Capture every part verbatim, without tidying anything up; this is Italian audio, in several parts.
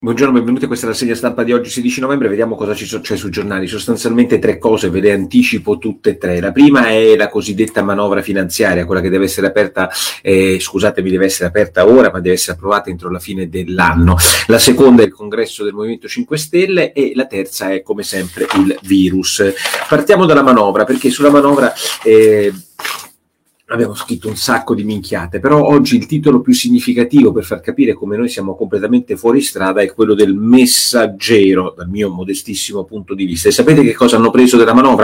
Buongiorno, benvenuti a questa rassegna stampa di oggi sedici novembre. Vediamo cosa ci so- c'è sui giornali. Sostanzialmente tre cose, ve le anticipo tutte e tre. La prima è la cosiddetta manovra finanziaria, quella che deve essere aperta, eh, scusatemi, deve essere aperta ora, ma deve essere approvata entro la fine dell'anno. La seconda è il congresso del Movimento cinque Stelle e la terza è, come sempre, il virus. Partiamo dalla manovra, perché sulla manovra... Eh, Abbiamo scritto un sacco di minchiate, però oggi il titolo più significativo per far capire come noi siamo completamente fuori strada è quello del Messaggero, dal mio modestissimo punto di vista. E sapete che cosa hanno preso della manovra?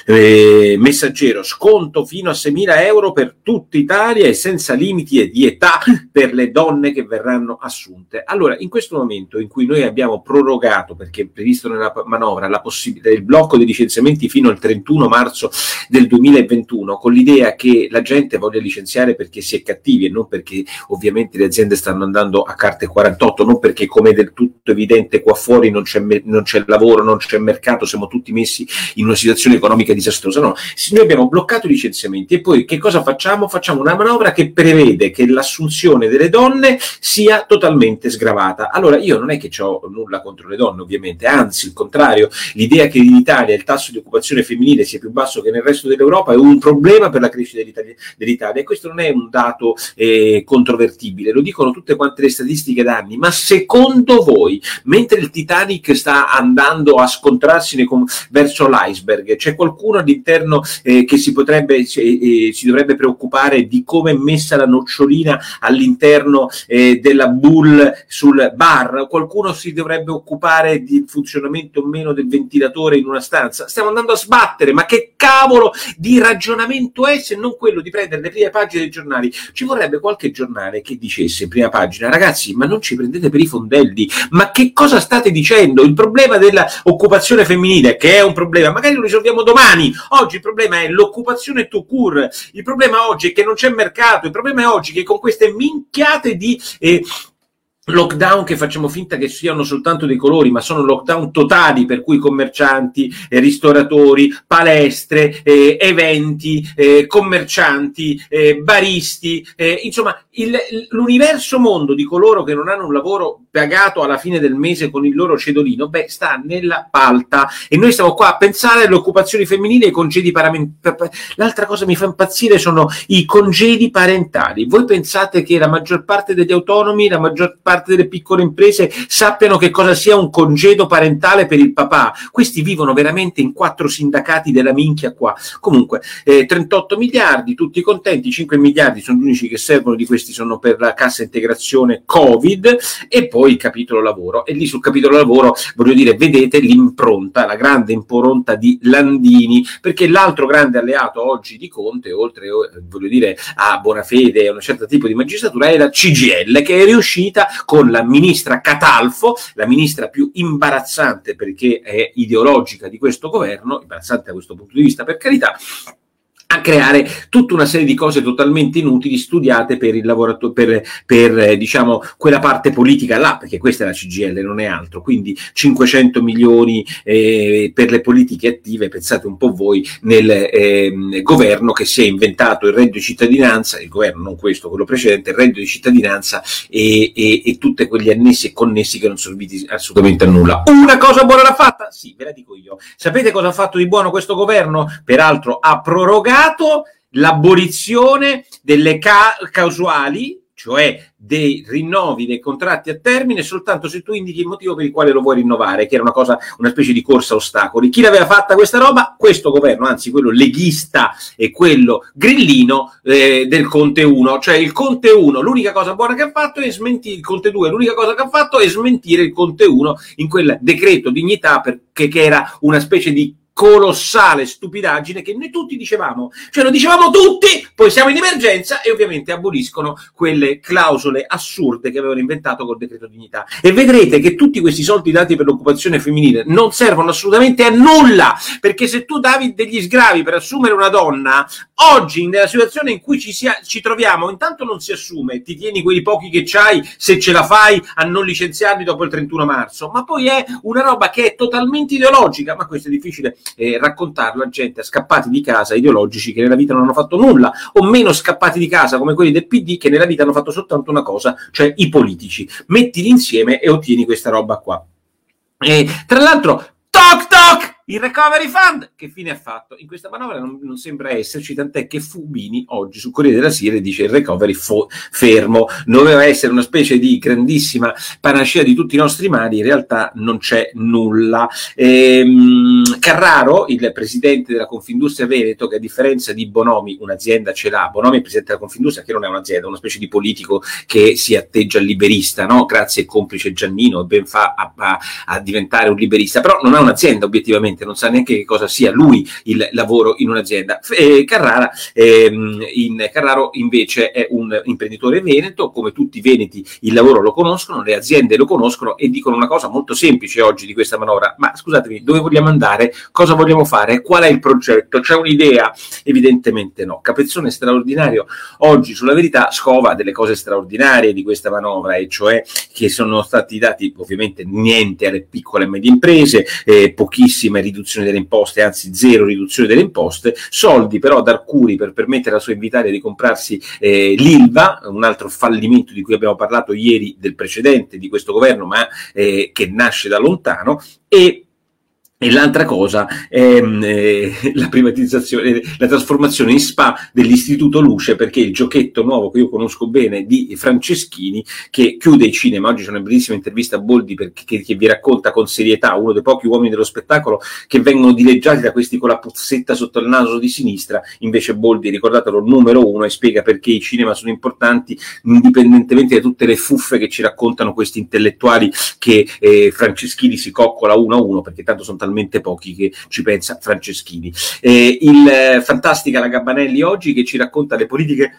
Eh, Messaggero, sconto fino a seimila euro per tutta Italia e senza limiti di età per le donne che verranno assunte. Allora, in questo momento in cui noi abbiamo prorogato, perché è previsto nella manovra, la possibilità del blocco dei licenziamenti fino al trentuno marzo del duemilaventuno, con l'idea che la gente voglia licenziare perché si è cattivi e non perché ovviamente le aziende stanno andando a carte quarantotto, non perché, come è del tutto evidente, qua fuori non c'è, me- non c'è lavoro, non c'è mercato, siamo tutti messi in una situazione economica disastrosa. No, noi abbiamo bloccato i licenziamenti e poi che cosa facciamo? Facciamo una manovra che prevede che l'assunzione delle donne sia totalmente sgravata. Allora, io non è che ho nulla contro le donne, ovviamente, anzi il contrario, l'idea che in Italia il tasso di occupazione femminile sia più basso che nel resto dell'Europa è un problema per la crescita dell'Italia dell'Italia, e questo non è un dato eh, controvertibile, lo dicono tutte quante le statistiche da anni. Ma secondo voi, mentre il Titanic sta andando a scontrarsi con, verso l'iceberg, c'è qualcuno all'interno eh, che si potrebbe eh, eh, si dovrebbe preoccupare di come è messa la nocciolina all'interno eh, della bull sul bar? Qualcuno si dovrebbe occupare del funzionamento o meno del ventilatore in una stanza? Stiamo andando a sbattere, ma che cavolo di ragionamento è se non quello di prendere le prime pagine dei giornali? Ci vorrebbe qualche giornale che dicesse in prima pagina: ragazzi, ma non ci prendete per i fondelli, ma che cosa state dicendo? Il problema dell'occupazione femminile, che è un problema, magari lo risolviamo domani. Oggi il problema è l'occupazione tout court, il problema oggi è che non c'è mercato, il problema è oggi che con queste minchiate di eh, lockdown che facciamo finta che siano soltanto dei colori, ma sono lockdown totali, per cui commercianti, eh, ristoratori, palestre, eh, eventi, eh, commercianti, eh, baristi, eh, insomma il, l'universo mondo di coloro che non hanno un lavoro pagato alla fine del mese con il loro cedolino, beh, sta nella palta, e noi stiamo qua a pensare alle occupazioni femminili e ai congedi parentali. L'altra cosa mi fa impazzire sono i congedi parentali. Voi pensate che la maggior parte degli autonomi, la maggior parte delle piccole imprese sappiano che cosa sia un congedo parentale per il papà? Questi vivono veramente in quattro sindacati della minchia qua. Comunque, eh, trentotto miliardi, tutti contenti, cinque miliardi sono gli unici che servono, di questi sono per la cassa integrazione Covid, e poi il capitolo lavoro. E lì sul capitolo lavoro, voglio dire, vedete l'impronta, la grande impronta di Landini, perché l'altro grande alleato oggi di Conte, oltre, voglio dire, a Bonafede e a un certo tipo di magistratura, è la C G I L, che è riuscita con la ministra Catalfo, la ministra più imbarazzante perché è ideologica di questo governo, imbarazzante da questo punto di vista, per carità, a creare tutta una serie di cose totalmente inutili, studiate per il lavoratore, per, per eh, diciamo quella parte politica là, perché questa è la C G I L, non è altro. Quindi cinquecento milioni eh, per le politiche attive, pensate un po' voi, nel eh, governo che si è inventato il reddito di cittadinanza, il governo non questo, quello precedente, il reddito di cittadinanza e, e, e tutti quegli annessi e connessi che non sono serviti assolutamente a nulla. Una cosa buona l'ha fatta? Sì, ve la dico io. Sapete cosa ha fatto di buono questo governo? Peraltro ha prorogato l'abolizione delle ca- causali, cioè dei rinnovi dei contratti a termine soltanto se tu indichi il motivo per il quale lo vuoi rinnovare, che era una cosa, una specie di corsa a ostacoli. Chi l'aveva fatta questa roba? Questo governo, anzi quello leghista e quello grillino eh, del Conte uno. Cioè il Conte uno, l'unica cosa buona che ha fatto è smentire, il Conte due, l'unica cosa che ha fatto è smentire il Conte uno in quel decreto dignità, perché che era una specie di colossale stupidaggine che noi tutti dicevamo, cioè lo dicevamo tutti, poi siamo in emergenza e ovviamente aboliscono quelle clausole assurde che avevano inventato col decreto dignità. E vedrete che tutti questi soldi dati per l'occupazione femminile non servono assolutamente a nulla, perché se tu davi degli sgravi per assumere una donna, oggi nella situazione in cui ci, sia, ci troviamo, intanto non si assume, ti tieni quei pochi che c'hai, se ce la fai a non licenziarli dopo il trentuno marzo, ma poi è una roba che è totalmente ideologica, ma questo è difficile eh, raccontarlo a gente scappati di casa ideologici che nella vita non hanno fatto nulla, o meno scappati di casa come quelli del P D che nella vita hanno fatto soltanto una cosa, cioè i politici. Mettili insieme e ottieni questa roba qua. E tra l'altro, toc toc! Il recovery fund, che fine ha fatto? In questa manovra non, non sembra esserci, tant'è che Fubini oggi sul Corriere della Sera dice il recovery fo- fermo, doveva essere una specie di grandissima panacea di tutti i nostri mali, in realtà non c'è nulla. Ehm, Carraro, il presidente della Confindustria Veneto, che a differenza di Bonomi un'azienda ce l'ha, Bonomi è il presidente della Confindustria che non è un'azienda, è una specie di politico che si atteggia liberista, no? Grazie e complice Giannino, ben fa a, a, a diventare un liberista, però non ha un'azienda obiettivamente, non sa neanche che cosa sia lui il lavoro in un'azienda. E Carrara, ehm, in Carraro invece è un imprenditore veneto, come tutti i veneti il lavoro lo conoscono, le aziende lo conoscono e dicono una cosa molto semplice oggi di questa manovra: ma scusatemi, dove vogliamo andare? Cosa vogliamo fare? Qual è il progetto? C'è un'idea? Evidentemente no. Capezzone straordinario oggi sulla Verità scova delle cose straordinarie di questa manovra, e cioè che sono stati dati ovviamente niente alle piccole e medie imprese, eh, pochissime riduzione delle imposte, anzi zero riduzione delle imposte, soldi però ad Arcuri per permettere alla sua Invitalia di comprarsi eh, l'Ilva, un altro fallimento di cui abbiamo parlato ieri del precedente di questo governo, ma eh, che nasce da lontano. E E l'altra cosa è eh, la privatizzazione, la trasformazione in spa dell'Istituto Luce, perché il giochetto nuovo che io conosco bene di Franceschini, che chiude i cinema. Oggi c'è una bellissima intervista a Boldi perché, che, che vi racconta con serietà, uno dei pochi uomini dello spettacolo che vengono dileggiati da questi con la puzzetta sotto il naso di sinistra. Invece Boldi, ricordatelo, numero uno, e spiega perché i cinema sono importanti indipendentemente da tutte le fuffe che ci raccontano questi intellettuali che eh, Franceschini si coccola uno a uno, perché tanto sono talmente pochi che ci pensa Franceschini. Eh, il eh, fantastica la Gabbanelli oggi che ci racconta le politiche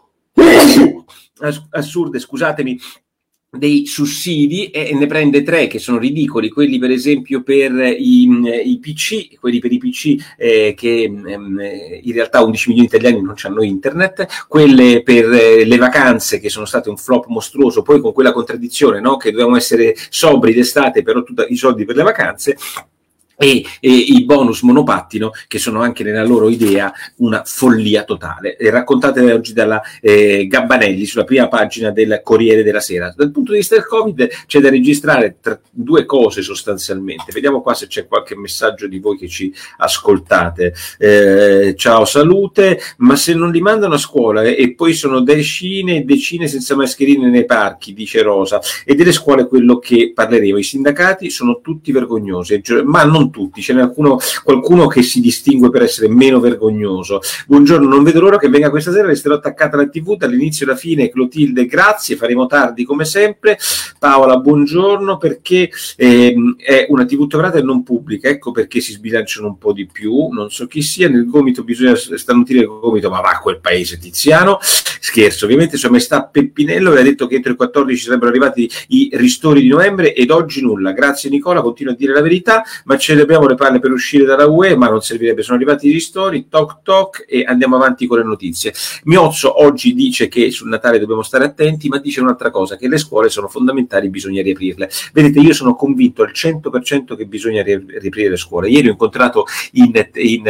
assurde, scusatemi, dei sussidi, e ne prende tre che sono ridicoli, quelli per esempio per i, i P C, quelli per i P C eh, che ehm, in realtà undici milioni di italiani non hanno internet, quelle per eh, le vacanze che sono state un flop mostruoso, poi con quella contraddizione, no, che dovevamo essere sobri d'estate però tutti i soldi per le vacanze, E, e i bonus monopattino che sono anche nella loro idea una follia totale, e raccontate oggi dalla eh, Gabbanelli sulla prima pagina del Corriere della Sera. Dal punto di vista del Covid c'è da registrare tra, due cose sostanzialmente. Vediamo qua se c'è qualche messaggio di voi che ci ascoltate. Eh, ciao, salute, ma se non li mandano a scuola eh, e poi sono decine e decine senza mascherine nei parchi, dice Rosa, e delle scuole quello che parleremo, i sindacati sono tutti vergognosi, ma non tutti, ce n'è qualcuno, qualcuno che si distingue per essere meno vergognoso. Buongiorno, non vedo l'ora che venga questa sera, resterò attaccata alla tivù dall'inizio alla fine. Clotilde, grazie, faremo tardi come sempre. Paola, buongiorno, perché ehm, è una tivù teorata e non pubblica, ecco perché si sbilanciano un po' di più, non so chi sia, nel gomito bisogna starnutire il gomito, ma va a quel paese Tiziano, scherzo, ovviamente Sua Maestà Peppinello aveva detto che entro il quattordici sarebbero arrivati i ristori di novembre ed oggi nulla. Grazie Nicola, continua a dire la verità, ma ce abbiamo le palle per uscire dalla U E, ma non servirebbe, sono arrivati i ristori, toc toc, e andiamo avanti con le notizie. Miozzo oggi dice che sul Natale dobbiamo stare attenti, ma dice un'altra cosa, che le scuole sono fondamentali, bisogna riaprirle. Vedete, io sono convinto al cento per cento che bisogna riaprire le scuole. Ieri ho incontrato in, in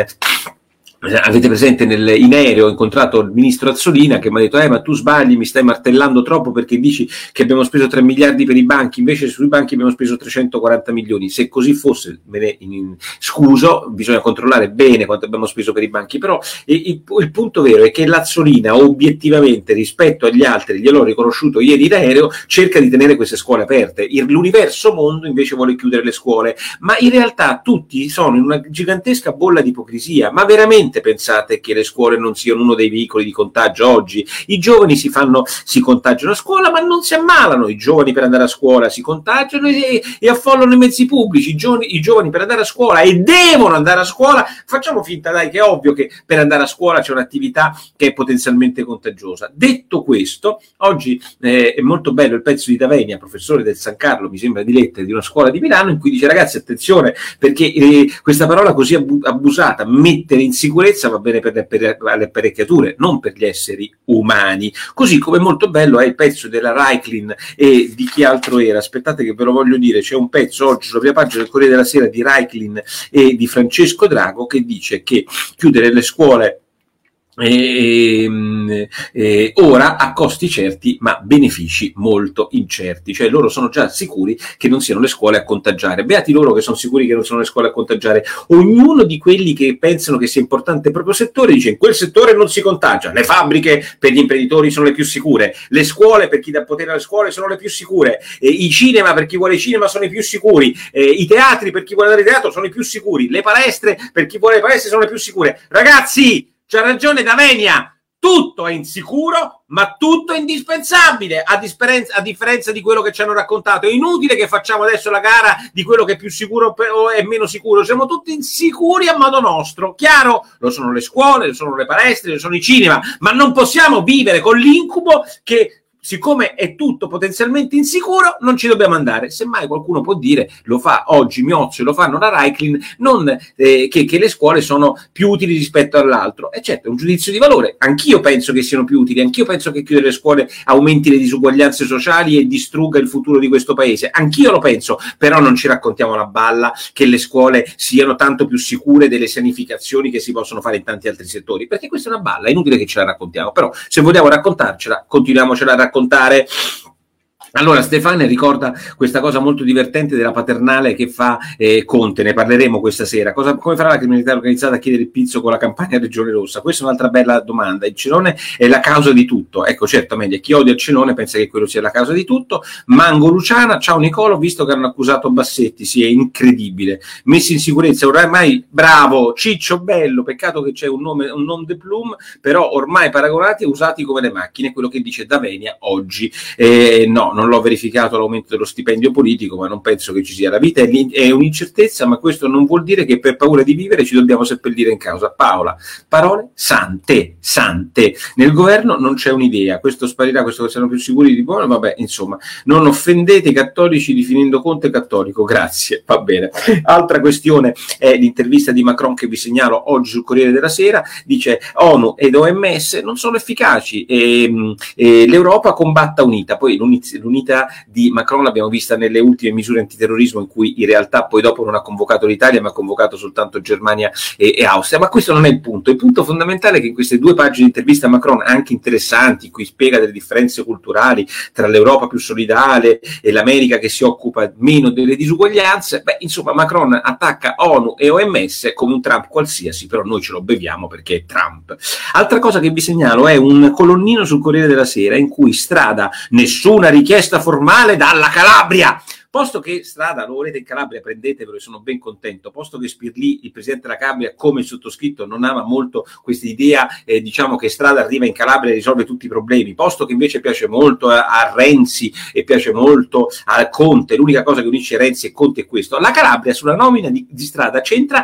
avete presente nel, in aereo ho incontrato il ministro Azzolina che mi ha detto eh ma tu sbagli, mi stai martellando troppo perché dici che abbiamo speso tre miliardi per i banchi, invece sui banchi abbiamo speso trecentoquaranta milioni. Se così fosse, me ne in, scuso, bisogna controllare bene quanto abbiamo speso per i banchi, però il, il, il punto vero è che l'Azzolina obiettivamente rispetto agli altri, gliel'ho riconosciuto ieri in aereo, cerca di tenere queste scuole aperte. L'universo mondo invece vuole chiudere le scuole, ma in realtà tutti sono in una gigantesca bolla di ipocrisia. Ma veramente pensate che le scuole non siano uno dei veicoli di contagio oggi? I giovani si fanno, si contagiano a scuola ma non si ammalano, i giovani per andare a scuola si contagiano e, e affollano i mezzi pubblici, i giovani, i giovani per andare a scuola e devono andare a scuola, facciamo finta dai che è ovvio che per andare a scuola c'è un'attività che è potenzialmente contagiosa. Detto questo, oggi eh, è molto bello il pezzo di D'Avenia, professore del San Carlo, mi sembra di Lettere, di una scuola di Milano, in cui dice ragazzi attenzione perché eh, questa parola così abusata, mettere in sicurezza sicurezza va bene per le, per le apparecchiature, non per gli esseri umani. Così come molto bello è il pezzo della Raiklin e di chi altro era, aspettate che ve lo voglio dire, c'è un pezzo oggi sulla prima pagina del Corriere della Sera di Raiklin e di Francesco Drago che dice che chiudere le scuole E, e, ora a costi certi ma benefici molto incerti, cioè loro sono già sicuri che non siano le scuole a contagiare. Beati loro che sono sicuri che non sono le scuole a contagiare. Ognuno di quelli che pensano che sia importante il proprio settore dice in quel settore non si contagia, le fabbriche per gli imprenditori sono le più sicure, le scuole per chi dà potere alle scuole sono le più sicure, e i cinema per chi vuole i cinema sono i più sicuri, e i teatri per chi vuole andare al teatro sono i più sicuri, le palestre per chi vuole le palestre sono le più sicure. Ragazzi, c'ha ragione D'Avenia, tutto è insicuro, ma tutto è indispensabile, a differenza, a differenza di quello che ci hanno raccontato. È inutile che facciamo adesso la gara di quello che è più sicuro o è meno sicuro, siamo tutti insicuri a modo nostro, chiaro? Lo sono le scuole, lo sono le palestre, lo sono i cinema, ma non possiamo vivere con l'incubo che siccome è tutto potenzialmente insicuro, non ci dobbiamo andare. Semmai qualcuno può dire, lo fa oggi Miozzo e lo fanno la Raiklin, non eh, che, che le scuole sono più utili rispetto all'altro. E certo, è un giudizio di valore. Anch'io penso che siano più utili, anch'io penso che chiudere le scuole aumenti le disuguaglianze sociali e distrugga il futuro di questo paese. Anch'io lo penso, però non ci raccontiamo la balla che le scuole siano tanto più sicure delle sanificazioni che si possono fare in tanti altri settori, perché questa è una balla, è inutile che ce la raccontiamo. Però se vogliamo raccontarcela, continuiamocela a raccontare. Allora Stefania ricorda questa cosa molto divertente della paternale che fa eh, Conte, ne parleremo questa sera. Cosa, come farà la criminalità organizzata a chiedere il pizzo con la campagna Regione Rossa? Questa è un'altra bella domanda. Il cenone è la causa di tutto. Ecco, certamente chi odia il cenone pensa che quello sia la causa di tutto. Mango Luciana, ciao Nicola, ho visto che hanno accusato Bassetti, sì, è incredibile. Messi in sicurezza, ormai bravo, Ciccio bello, peccato che c'è un nome, un nom de plume, però ormai paragonati e usati come le macchine, quello che dice D'Avenia oggi. Eh, no, non l'ho verificato l'aumento dello stipendio politico, ma non penso che ci sia. La vita è, è un'incertezza, ma questo non vuol dire che per paura di vivere ci dobbiamo seppellire in causa. Paola, parole sante, sante. Nel governo non c'è un'idea, questo sparirà, questo che saranno più sicuri di buono, vabbè, insomma, non offendete i cattolici definendo Conte cattolico, grazie, va bene. Altra questione è l'intervista di Macron che vi segnalo oggi sul Corriere della Sera, dice ONU ed O M S non sono efficaci e, e l'Europa combatta unita. Poi l'unità di Macron l'abbiamo vista nelle ultime misure antiterrorismo in cui in realtà poi dopo non ha convocato l'Italia ma ha convocato soltanto Germania e, e Austria, ma questo non è il punto. Il punto fondamentale è che in queste due pagine di intervista a Macron, anche interessanti, in cui spiega delle differenze culturali tra l'Europa più solidale e l'America che si occupa meno delle disuguaglianze, beh insomma Macron attacca ONU e O M S come un Trump qualsiasi, però noi ce lo beviamo perché è Trump. Altra cosa che vi segnalo è un colonnino sul Corriere della Sera in cui Strada, nessuna richiesta formale dalla Calabria. Posto che Strada lo volete in Calabria, prendetevelo e sono ben contento. Posto che Spirlì, il presidente della Calabria, come il sottoscritto, non ama molto questa idea, eh, diciamo che Strada arriva in Calabria e risolve tutti i problemi. Posto che invece piace molto a, a Renzi e piace molto a Conte, l'unica cosa che unisce Renzi e Conte è questo. La Calabria sulla nomina di, di Strada c'entra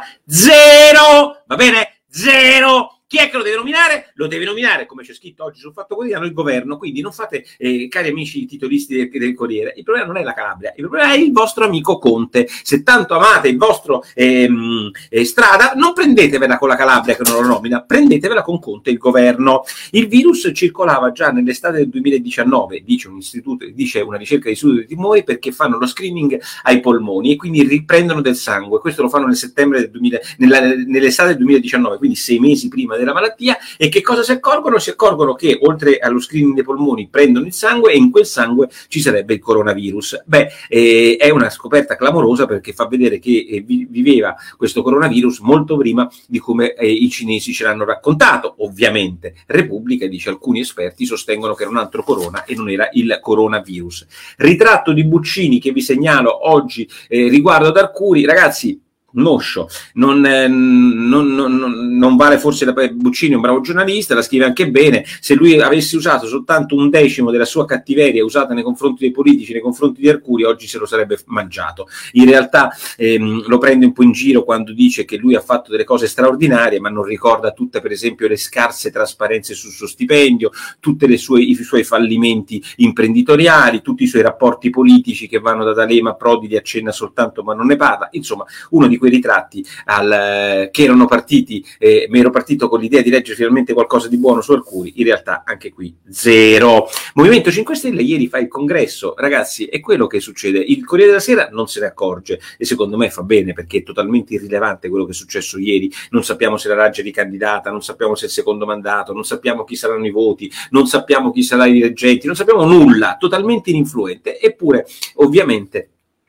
zero, va bene? Zero! Chi è che lo deve nominare? Lo deve nominare, come c'è scritto oggi sul Fatto Quotidiano, il governo. Quindi non fate, eh, cari amici titolisti del, del Corriere, il problema non è la Calabria, il problema è il vostro amico Conte. Se tanto amate il vostro ehm, eh, Strada, non prendetevela con la Calabria che non lo nomina, prendetevela con Conte, il governo. Il virus circolava già nell'estate del duemiladiciannove, dice un istituto, dice una ricerca di Istituto di Timori, perché fanno lo screening ai polmoni e quindi riprendono del sangue. Questo lo fanno nel settembre del duemila, nella, nell'estate del duemiladiciannove, quindi sei mesi prima della malattia. E che cosa si accorgono? Si accorgono che oltre allo screening dei polmoni prendono il sangue e in quel sangue ci sarebbe il coronavirus. Beh, eh, è una scoperta clamorosa perché fa vedere che eh, viveva questo coronavirus molto prima di come eh, i cinesi ce l'hanno raccontato. Ovviamente Repubblica dice alcuni esperti sostengono che era un altro corona e non era il coronavirus. Ritratto di Buccini che vi segnalo oggi eh, riguardo ad Arcuri. Ragazzi, Moscio, non, eh, non, non, non vale forse la Buccini, è un bravo giornalista, la scrive anche bene. Se lui avesse usato soltanto un decimo della sua cattiveria usata nei confronti dei politici, nei confronti di Arcuri, oggi se lo sarebbe mangiato. In realtà ehm, lo prende un po' in giro quando dice che lui ha fatto delle cose straordinarie, ma non ricorda tutte, per esempio, le scarse trasparenze sul suo stipendio, tutti i suoi fallimenti imprenditoriali, tutti i suoi rapporti politici che vanno da D'Alema a Prodi, li accenna soltanto ma non ne parla. Insomma, uno di quei ritratti al, che erano partiti, eh, mi ero partito con l'idea di leggere finalmente qualcosa di buono su Arcuri, in realtà anche qui zero. Movimento cinque Stelle ieri fa il congresso, ragazzi, è quello che succede, il Corriere della Sera non se ne accorge e secondo me fa bene, perché è totalmente irrilevante quello che è successo ieri, non sappiamo se la Raggi è ricandidata, non sappiamo se è il secondo mandato, non sappiamo chi saranno i voti, non sappiamo chi saranno i reggenti, non sappiamo nulla, totalmente ininfluente, eppure ovviamente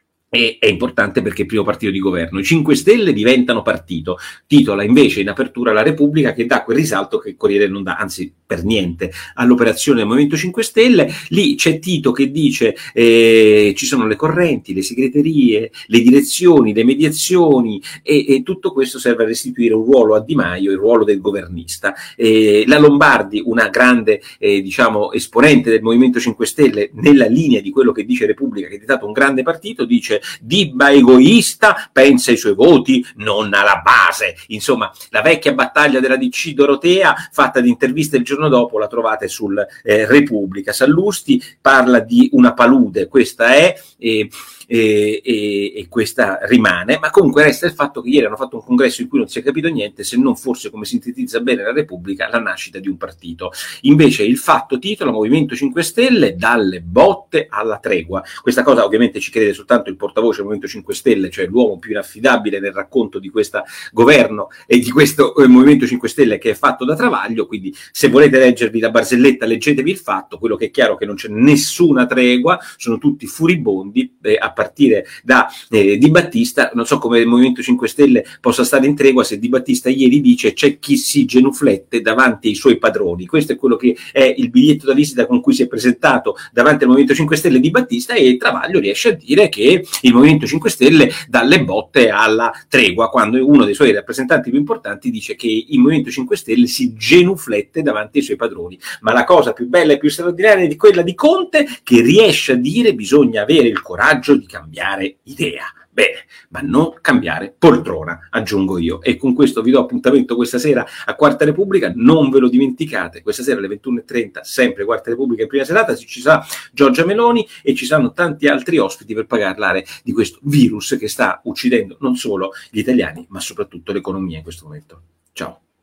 E è importante perché è il primo partito di governo. I cinque Stelle diventano partito, titola invece in apertura la Repubblica, che dà quel risalto che il Corriere non dà, anzi per niente, all'operazione del Movimento cinque Stelle. Lì c'è Tito che dice eh, ci sono le correnti, le segreterie, le direzioni, le mediazioni e, e tutto questo serve a restituire un ruolo a Di Maio, il ruolo del governista. Eh, la Lombardi, una grande eh, diciamo esponente del Movimento cinque Stelle nella linea di quello che dice Repubblica, che è diventato un grande partito, dice Dibba egoista, pensa ai suoi voti, non alla base. Insomma, la vecchia battaglia della D C Dorotea, fatta di interviste il giorno dopo, la trovate sul eh, Repubblica. Sallusti parla di una palude, questa è... Eh, E, e, e questa rimane, ma comunque resta il fatto che ieri hanno fatto un congresso in cui non si è capito niente, se non forse, come sintetizza bene la Repubblica, la nascita di un partito. Invece il fatto titola Movimento cinque Stelle dalle botte alla tregua. Questa cosa ovviamente ci crede soltanto il portavoce del Movimento cinque Stelle, cioè l'uomo più inaffidabile nel racconto di questo governo e di questo eh, Movimento cinque Stelle, che è fatto da Travaglio. Quindi se volete leggervi la barzelletta, leggetevi il fatto. Quello che è chiaro è che non c'è nessuna tregua, sono tutti furibondi, eh, a partire da eh, Di Battista. Non so come il Movimento cinque Stelle possa stare in tregua se Di Battista ieri dice c'è chi si genuflette davanti ai suoi padroni. Questo è quello che è il biglietto da visita con cui si è presentato davanti al Movimento cinque Stelle Di Battista, e Travaglio riesce a dire che il Movimento cinque Stelle dà le botte alla tregua, quando uno dei suoi rappresentanti più importanti dice che il Movimento cinque Stelle si genuflette davanti ai suoi padroni. Ma la cosa più bella e più straordinaria è quella di Conte, che riesce a dire bisogna avere il coraggio di cambiare idea. Bene, ma non cambiare poltrona, aggiungo io. E con questo vi do appuntamento questa sera a Quarta Repubblica. Non ve lo dimenticate, questa sera alle ventuno e trenta, sempre Quarta Repubblica in prima serata, ci sarà Giorgia Meloni e ci saranno tanti altri ospiti per parlare di questo virus che sta uccidendo non solo gli italiani, ma soprattutto l'economia in questo momento. Ciao.